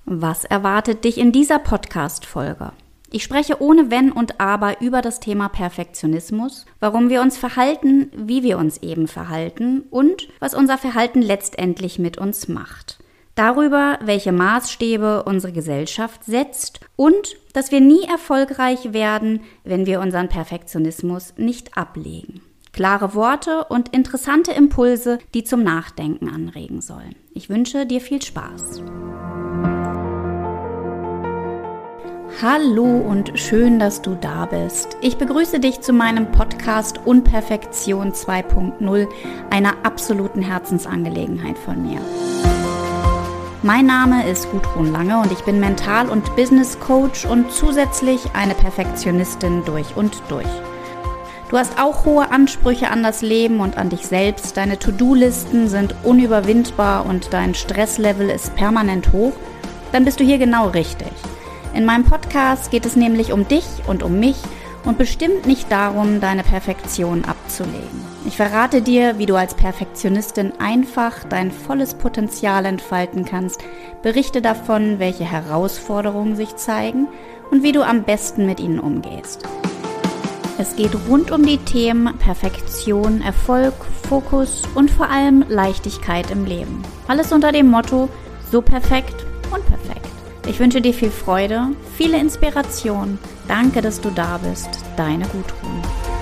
Was erwartet dich in dieser Podcast-Folge? Ich spreche ohne Wenn und Aber über das Thema Perfektionismus, warum wir uns verhalten, wie wir uns eben verhalten und was unser Verhalten letztendlich mit uns macht. Darüber, welche Maßstäbe unsere Gesellschaft setzt und dass wir nie erfolgreich werden, wenn wir unseren Perfektionismus nicht ablegen. Klare Worte und interessante Impulse, die zum Nachdenken anregen sollen. Ich wünsche dir viel Spaß. Hallo und schön, dass du da bist. Ich begrüße dich zu meinem Podcast Unperfektion 2.0, einer absoluten Herzensangelegenheit von mir. Mein Name ist Gudrun Lange und ich bin Mental- und Business Coach und zusätzlich eine Perfektionistin durch und durch. Du hast auch hohe Ansprüche an das Leben und an dich selbst. Deine To-Do-Listen sind unüberwindbar und dein Stresslevel ist permanent hoch. Dann bist du hier genau richtig. In meinem Podcast geht es nämlich um dich und um mich und bestimmt nicht darum, deine Perfektion abzulegen. Ich verrate dir, wie du als Perfektionistin einfach dein volles Potenzial entfalten kannst, berichte davon, welche Herausforderungen sich zeigen und wie du am besten mit ihnen umgehst. Es geht rund um die Themen Perfektion, Erfolg, Fokus und vor allem Leichtigkeit im Leben. Alles unter dem Motto, so perfekt und perfekt. Ich wünsche dir viel Freude, viele Inspiration. Danke, dass du da bist. Deine Gudrun.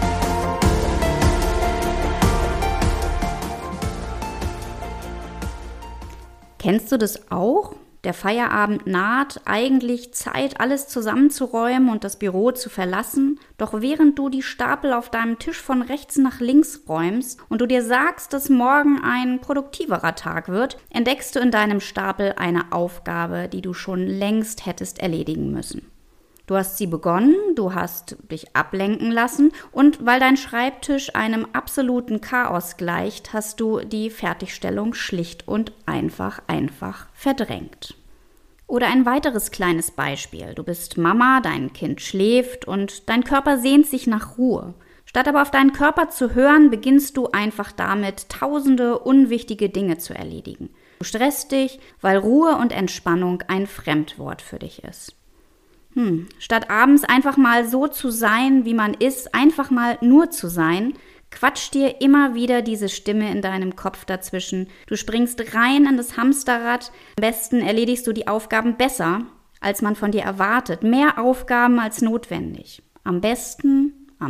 Kennst du das auch? Der Feierabend naht, eigentlich Zeit, alles zusammenzuräumen und das Büro zu verlassen. Doch während du die Stapel auf deinem Tisch von rechts nach links räumst und du dir sagst, dass morgen ein produktiverer Tag wird, entdeckst du in deinem Stapel eine Aufgabe, die du schon längst hättest erledigen müssen. Du hast sie begonnen, du hast dich ablenken lassen und weil dein Schreibtisch einem absoluten Chaos gleicht, hast du die Fertigstellung schlicht und einfach verdrängt. Oder ein weiteres kleines Beispiel. Du bist Mama, dein Kind schläft und dein Körper sehnt sich nach Ruhe. Statt aber auf deinen Körper zu hören, beginnst du einfach damit, tausende unwichtige Dinge zu erledigen. Du stresst dich, weil Ruhe und Entspannung ein Fremdwort für dich ist. Statt abends einfach mal so zu sein, wie man ist, einfach mal nur zu sein, quatscht dir immer wieder diese Stimme in deinem Kopf dazwischen. Du springst rein in das Hamsterrad. Am besten erledigst du die Aufgaben besser, als man von dir erwartet. Mehr Aufgaben als notwendig. Am besten.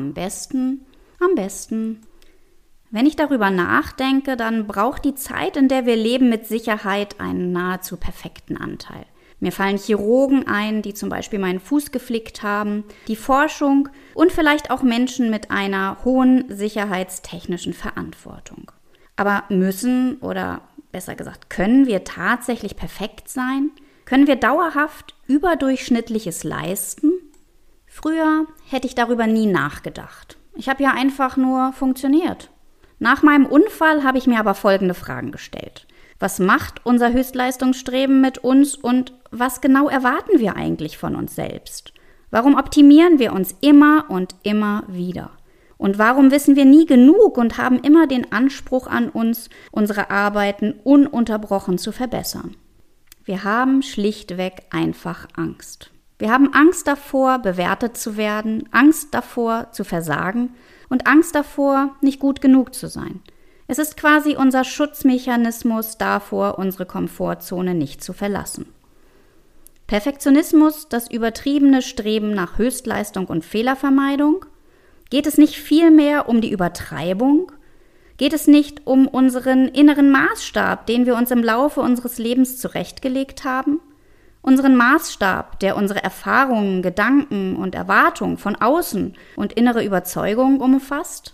Wenn ich darüber nachdenke, dann braucht die Zeit, in der wir leben, mit Sicherheit einen nahezu perfekten Anteil. Mir fallen Chirurgen ein, die zum Beispiel meinen Fuß geflickt haben, die Forschung und vielleicht auch Menschen mit einer hohen sicherheitstechnischen Verantwortung. Aber müssen oder besser gesagt, können wir tatsächlich perfekt sein? Können wir dauerhaft Überdurchschnittliches leisten? Früher hätte ich darüber nie nachgedacht. Ich habe ja einfach nur funktioniert. Nach meinem Unfall habe ich mir aber folgende Fragen gestellt. Was macht unser Höchstleistungsstreben mit uns und was genau erwarten wir eigentlich von uns selbst? Warum optimieren wir uns immer und immer wieder? Und warum wissen wir nie genug und haben immer den Anspruch an uns, unsere Arbeiten ununterbrochen zu verbessern? Wir haben schlichtweg einfach Angst. Wir haben Angst davor, bewertet zu werden, Angst davor, zu versagen und Angst davor, nicht gut genug zu sein. Es ist quasi unser Schutzmechanismus davor, unsere Komfortzone nicht zu verlassen. Perfektionismus, das übertriebene Streben nach Höchstleistung und Fehlervermeidung? Geht es nicht vielmehr um die Übertreibung? Geht es nicht um unseren inneren Maßstab, den wir uns im Laufe unseres Lebens zurechtgelegt haben? Unseren Maßstab, der unsere Erfahrungen, Gedanken und Erwartungen von außen und innere Überzeugungen umfasst?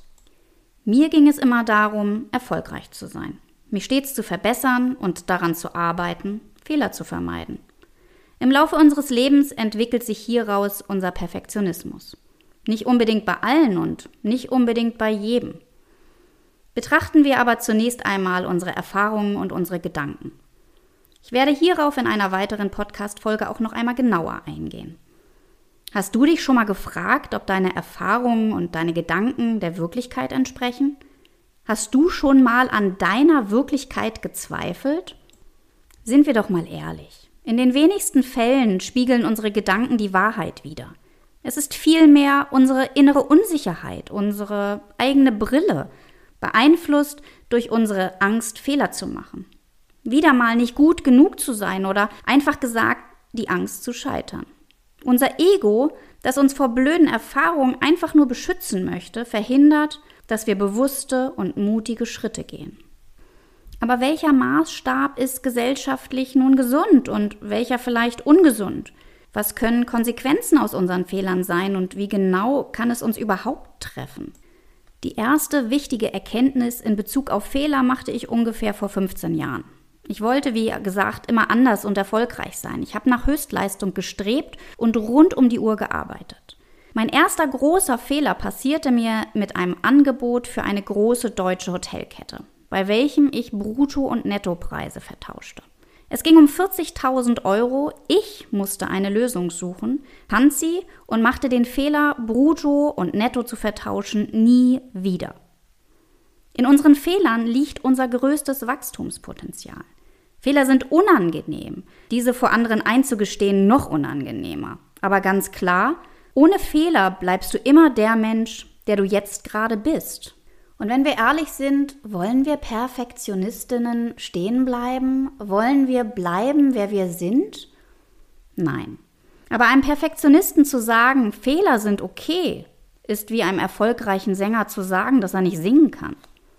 Mir ging es immer darum, erfolgreich zu sein, mich stets zu verbessern und daran zu arbeiten, Fehler zu vermeiden. Im Laufe unseres Lebens entwickelt sich hieraus unser Perfektionismus. Nicht unbedingt bei allen und nicht unbedingt bei jedem. Betrachten wir aber zunächst einmal unsere Erfahrungen und unsere Gedanken. Ich werde hierauf in einer weiteren Podcast-Folge auch noch einmal genauer eingehen. Hast du dich schon mal gefragt, ob deine Erfahrungen und deine Gedanken der Wirklichkeit entsprechen? Hast du schon mal an deiner Wirklichkeit gezweifelt? Sind wir doch mal ehrlich. In den wenigsten Fällen spiegeln unsere Gedanken die Wahrheit wider. Es ist vielmehr unsere innere Unsicherheit, unsere eigene Brille, beeinflusst durch unsere Angst, Fehler zu machen. Wieder mal nicht gut genug zu sein oder einfach gesagt, die Angst zu scheitern. Unser Ego, das uns vor blöden Erfahrungen einfach nur beschützen möchte, verhindert, dass wir bewusste und mutige Schritte gehen. Aber welcher Maßstab ist gesellschaftlich nun gesund und welcher vielleicht ungesund? Was können Konsequenzen aus unseren Fehlern sein und wie genau kann es uns überhaupt treffen? Die erste wichtige Erkenntnis in Bezug auf Fehler machte ich ungefähr vor 15 Jahren. Ich wollte, wie gesagt, immer anders und erfolgreich sein. Ich habe nach Höchstleistung gestrebt und rund um die Uhr gearbeitet. Mein erster großer Fehler passierte mir mit einem Angebot für eine große deutsche Hotelkette, bei welchem ich Brutto- und Nettopreise vertauschte. Es ging um 40.000 Euro, ich musste eine Lösung suchen, fand sie und machte den Fehler, Brutto und Netto zu vertauschen, nie wieder. In unseren Fehlern liegt unser größtes Wachstumspotenzial. Fehler sind unangenehm, diese vor anderen einzugestehen noch unangenehmer. Aber ganz klar, ohne Fehler bleibst du immer der Mensch, der du jetzt gerade bist. Und wenn wir ehrlich sind, wollen wir Perfektionistinnen stehen bleiben? Wollen wir bleiben, wer wir sind? Nein. Aber einem Perfektionisten zu sagen, Fehler sind okay, ist wie einem erfolgreichen Sänger zu sagen, dass er nicht singen kann.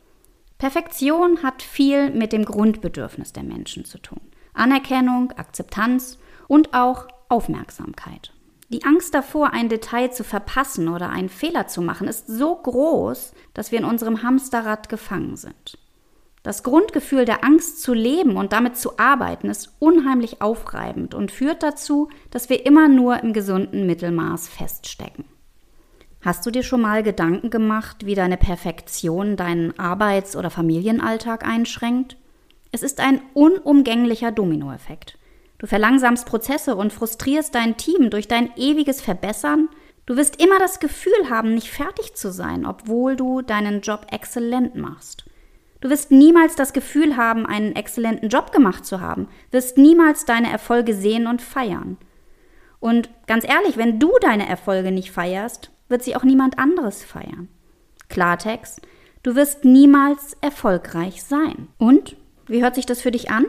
Perfektion hat viel mit dem Grundbedürfnis der Menschen zu tun. Anerkennung, Akzeptanz und auch Aufmerksamkeit. Die Angst davor, ein Detail zu verpassen oder einen Fehler zu machen, ist so groß, dass wir in unserem Hamsterrad gefangen sind. Das Grundgefühl der Angst zu leben und damit zu arbeiten ist unheimlich aufreibend und führt dazu, dass wir immer nur im gesunden Mittelmaß feststecken. Hast du dir schon mal Gedanken gemacht, wie deine Perfektion deinen Arbeits- oder Familienalltag einschränkt? Es ist ein unumgänglicher Dominoeffekt. Du verlangsamst Prozesse und frustrierst dein Team durch dein ewiges Verbessern. Du wirst immer das Gefühl haben, nicht fertig zu sein, obwohl du deinen Job exzellent machst. Du wirst niemals das Gefühl haben, einen exzellenten Job gemacht zu haben, wirst niemals deine Erfolge sehen und feiern. Und ganz ehrlich, wenn du deine Erfolge nicht feierst, wird sie auch niemand anderes feiern. Klartext, du wirst niemals erfolgreich sein. Und, wie hört sich das für dich an?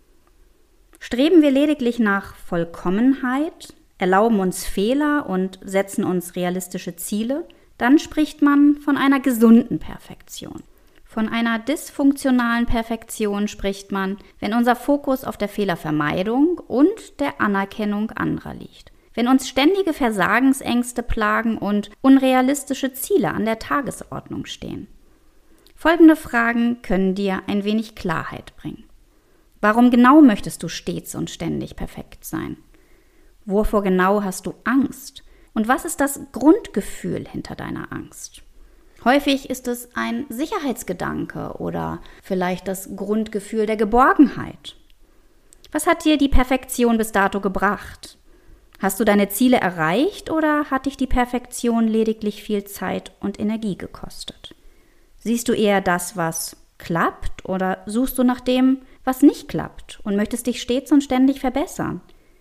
Streben wir lediglich nach Vollkommenheit, erlauben uns Fehler und setzen uns realistische Ziele, dann spricht man von einer gesunden Perfektion. Von einer dysfunktionalen Perfektion spricht man, wenn unser Fokus auf der Fehlervermeidung und der Anerkennung anderer liegt. Wenn uns ständige Versagensängste plagen und unrealistische Ziele an der Tagesordnung stehen. Folgende Fragen können dir ein wenig Klarheit bringen. Warum genau möchtest du stets und ständig perfekt sein? Wovor genau hast du Angst? Und was ist das Grundgefühl hinter deiner Angst? Häufig ist es ein Sicherheitsgedanke oder vielleicht das Grundgefühl der Geborgenheit. Was hat dir die Perfektion bis dato gebracht? Hast du deine Ziele erreicht oder hat dich die Perfektion lediglich viel Zeit und Energie gekostet? Siehst du eher das, was klappt oder suchst du nach dem, was nicht klappt und möchtest dich stets und ständig verbessern?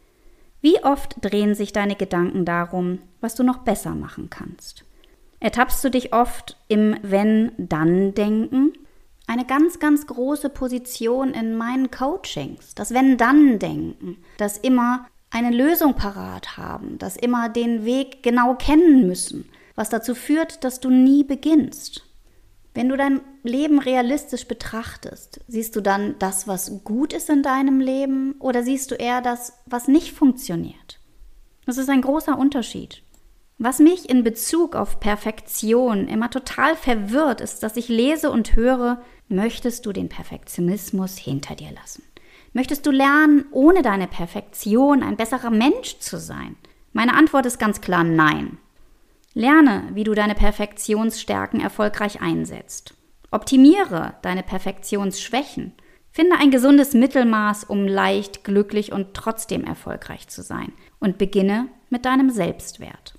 Wie oft drehen sich deine Gedanken darum, was du noch besser machen kannst? Ertappst du dich oft im Wenn-Dann-Denken? Eine ganz, ganz große Position in meinen Coachings, das Wenn-Dann-Denken, das immer eine Lösung parat haben, das immer den Weg genau kennen müssen, was dazu führt, dass du nie beginnst. Wenn du dein Leben realistisch betrachtest, siehst du dann das, was gut ist in deinem Leben oder siehst du eher das, was nicht funktioniert? Das ist ein großer Unterschied. Was mich in Bezug auf Perfektion immer total verwirrt, ist, dass ich lese und höre, möchtest du den Perfektionismus hinter dir lassen? Möchtest du lernen, ohne deine Perfektion ein besserer Mensch zu sein? Meine Antwort ist ganz klar nein. Lerne, wie du deine Perfektionsstärken erfolgreich einsetzt. Optimiere deine Perfektionsschwächen. Finde ein gesundes Mittelmaß, um leicht, glücklich und trotzdem erfolgreich zu sein. Und beginne mit deinem Selbstwert.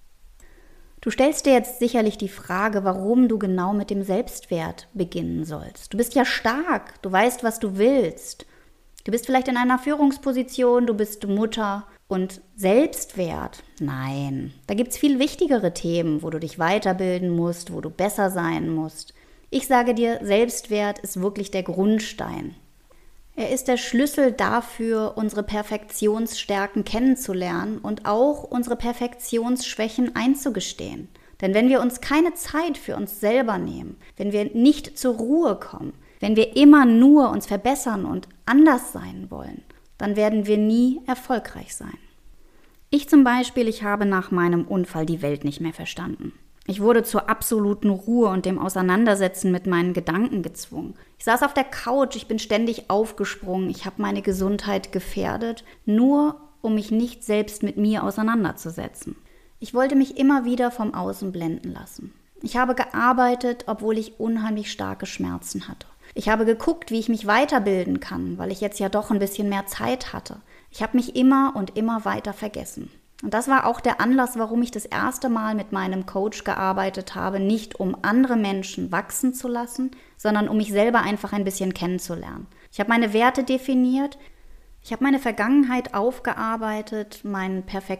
Du stellst dir jetzt sicherlich die Frage, warum du genau mit dem Selbstwert beginnen sollst. Du bist ja stark, du weißt, was du willst. Du bist vielleicht in einer Führungsposition, du bist Mutter und Selbstwert. Nein, da gibt es viel wichtigere Themen, wo du dich weiterbilden musst, wo du besser sein musst. Ich sage dir, Selbstwert ist wirklich der Grundstein. Er ist der Schlüssel dafür, unsere Perfektionsstärken kennenzulernen und auch unsere Perfektionsschwächen einzugestehen. Denn wenn wir uns keine Zeit für uns selber nehmen, wenn wir nicht zur Ruhe kommen, wenn wir immer nur uns verbessern und anders sein wollen, dann werden wir nie erfolgreich sein. Ich zum Beispiel, ich habe nach meinem Unfall die Welt nicht mehr verstanden. Ich wurde zur absoluten Ruhe und dem Auseinandersetzen mit meinen Gedanken gezwungen. Ich saß auf der Couch, ich bin ständig aufgesprungen, ich habe meine Gesundheit gefährdet, nur um mich nicht selbst mit mir auseinanderzusetzen. Ich wollte mich immer wieder vom Außen blenden lassen. Ich habe gearbeitet, obwohl ich unheimlich starke Schmerzen hatte. Ich habe geguckt, wie ich mich weiterbilden kann, weil ich jetzt ja doch ein bisschen mehr Zeit hatte. Ich habe mich immer und immer weiter vergessen. Und das war auch der Anlass, warum ich das erste Mal mit meinem Coach gearbeitet habe, nicht um andere Menschen wachsen zu lassen, sondern um mich selber einfach ein bisschen kennenzulernen. Ich habe meine Werte definiert, ich habe meine Vergangenheit aufgearbeitet, meinen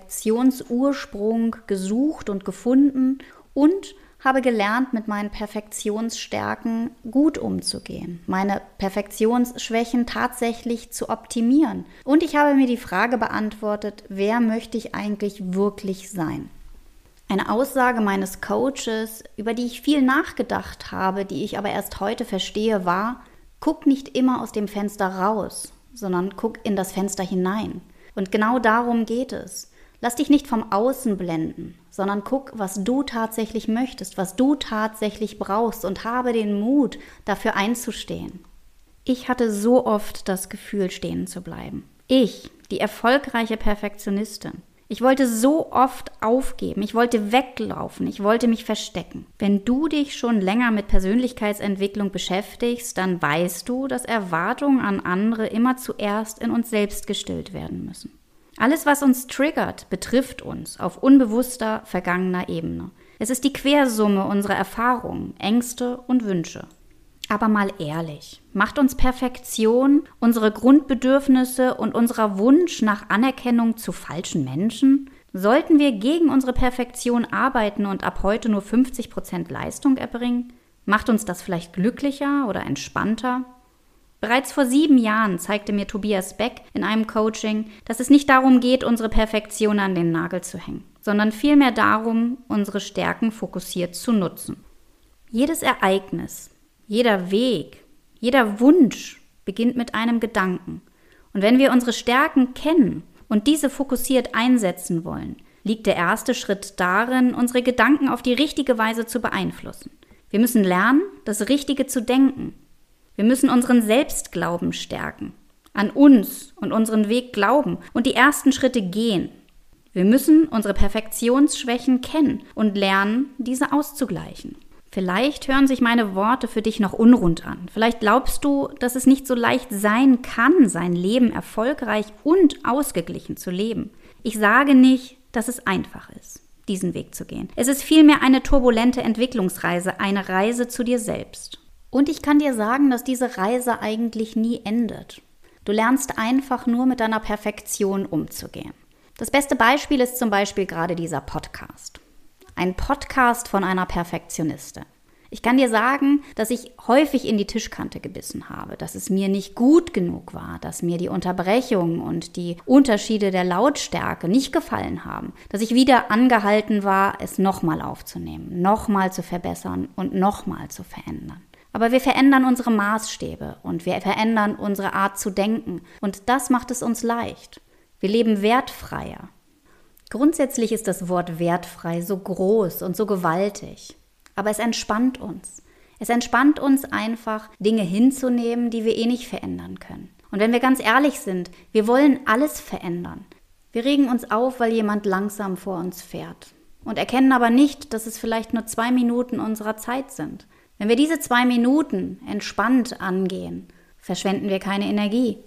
Perfektionsursprung gesucht und gefunden und habe gelernt, mit meinen Perfektionsstärken gut umzugehen, meine Perfektionsschwächen tatsächlich zu optimieren. Und ich habe mir die Frage beantwortet, wer möchte ich eigentlich wirklich sein? Eine Aussage meines Coaches, über die ich viel nachgedacht habe, die ich aber erst heute verstehe, war: Guck nicht immer aus dem Fenster raus, sondern guck in das Fenster hinein. Und genau darum geht es. Lass dich nicht vom Außen blenden, sondern guck, was du tatsächlich möchtest, was du tatsächlich brauchst und habe den Mut, dafür einzustehen. Ich hatte so oft das Gefühl, stehen zu bleiben. Ich, die erfolgreiche Perfektionistin. Ich wollte so oft aufgeben, ich wollte weglaufen, ich wollte mich verstecken. Wenn du dich schon länger mit Persönlichkeitsentwicklung beschäftigst, dann weißt du, dass Erwartungen an andere immer zuerst in uns selbst gestillt werden müssen. Alles, was uns triggert, betrifft uns auf unbewusster, vergangener Ebene. Es ist die Quersumme unserer Erfahrungen, Ängste und Wünsche. Aber mal ehrlich, macht uns Perfektion, unsere Grundbedürfnisse und unser Wunsch nach Anerkennung zu falschen Menschen? Sollten wir gegen unsere Perfektion arbeiten und ab heute nur 50% Leistung erbringen? Macht uns das vielleicht glücklicher oder entspannter? Bereits vor 7 Jahren zeigte mir Tobias Beck in einem Coaching, dass es nicht darum geht, unsere Perfektion an den Nagel zu hängen, sondern vielmehr darum, unsere Stärken fokussiert zu nutzen. Jedes Ereignis, jeder Weg, jeder Wunsch beginnt mit einem Gedanken. Und wenn wir unsere Stärken kennen und diese fokussiert einsetzen wollen, liegt der erste Schritt darin, unsere Gedanken auf die richtige Weise zu beeinflussen. Wir müssen lernen, das Richtige zu denken. Wir müssen unseren Selbstglauben stärken, an uns und unseren Weg glauben und die ersten Schritte gehen. Wir müssen unsere Perfektionsschwächen kennen und lernen, diese auszugleichen. Vielleicht hören sich meine Worte für dich noch unrund an. Vielleicht glaubst du, dass es nicht so leicht sein kann, sein Leben erfolgreich und ausgeglichen zu leben. Ich sage nicht, dass es einfach ist, diesen Weg zu gehen. Es ist vielmehr eine turbulente Entwicklungsreise, eine Reise zu dir selbst. Und ich kann dir sagen, dass diese Reise eigentlich nie endet. Du lernst einfach nur mit deiner Perfektion umzugehen. Das beste Beispiel ist zum Beispiel gerade dieser Podcast. Ein Podcast von einer Perfektionistin. Ich kann dir sagen, dass ich häufig in die Tischkante gebissen habe, dass es mir nicht gut genug war, dass mir die Unterbrechungen und die Unterschiede der Lautstärke nicht gefallen haben, dass ich wieder angehalten war, es nochmal aufzunehmen, nochmal zu verbessern und nochmal zu verändern. Aber wir verändern unsere Maßstäbe und wir verändern unsere Art zu denken und das macht es uns leicht. Wir leben wertfreier. Grundsätzlich ist das Wort wertfrei so groß und so gewaltig, aber es entspannt uns. Es entspannt uns einfach, Dinge hinzunehmen, die wir eh nicht verändern können. Und wenn wir ganz ehrlich sind, wir wollen alles verändern. Wir regen uns auf, weil jemand langsam vor uns fährt und erkennen aber nicht, dass es vielleicht nur 2 Minuten unserer Zeit sind. Wenn wir diese 2 Minuten entspannt angehen, verschwenden wir keine Energie.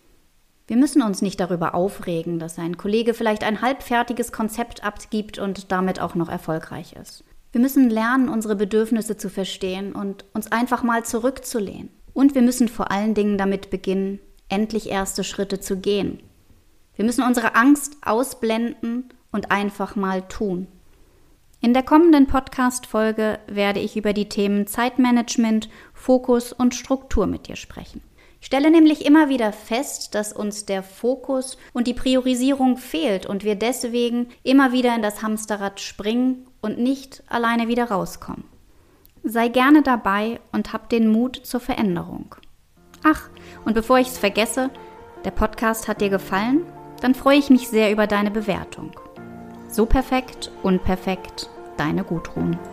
Wir müssen uns nicht darüber aufregen, dass ein Kollege vielleicht ein halbfertiges Konzept abgibt und damit auch noch erfolgreich ist. Wir müssen lernen, unsere Bedürfnisse zu verstehen und uns einfach mal zurückzulehnen. Und wir müssen vor allen Dingen damit beginnen, endlich erste Schritte zu gehen. Wir müssen unsere Angst ausblenden und einfach mal tun. In der kommenden Podcast-Folge werde ich über die Themen Zeitmanagement, Fokus und Struktur mit dir sprechen. Ich stelle nämlich immer wieder fest, dass uns der Fokus und die Priorisierung fehlt und wir deswegen immer wieder in das Hamsterrad springen und nicht alleine wieder rauskommen. Sei gerne dabei und hab den Mut zur Veränderung. Ach, und bevor ich es vergesse, der Podcast hat dir gefallen? Dann freue ich mich sehr über deine Bewertung. So perfekt, unperfekt, deine Gudrun.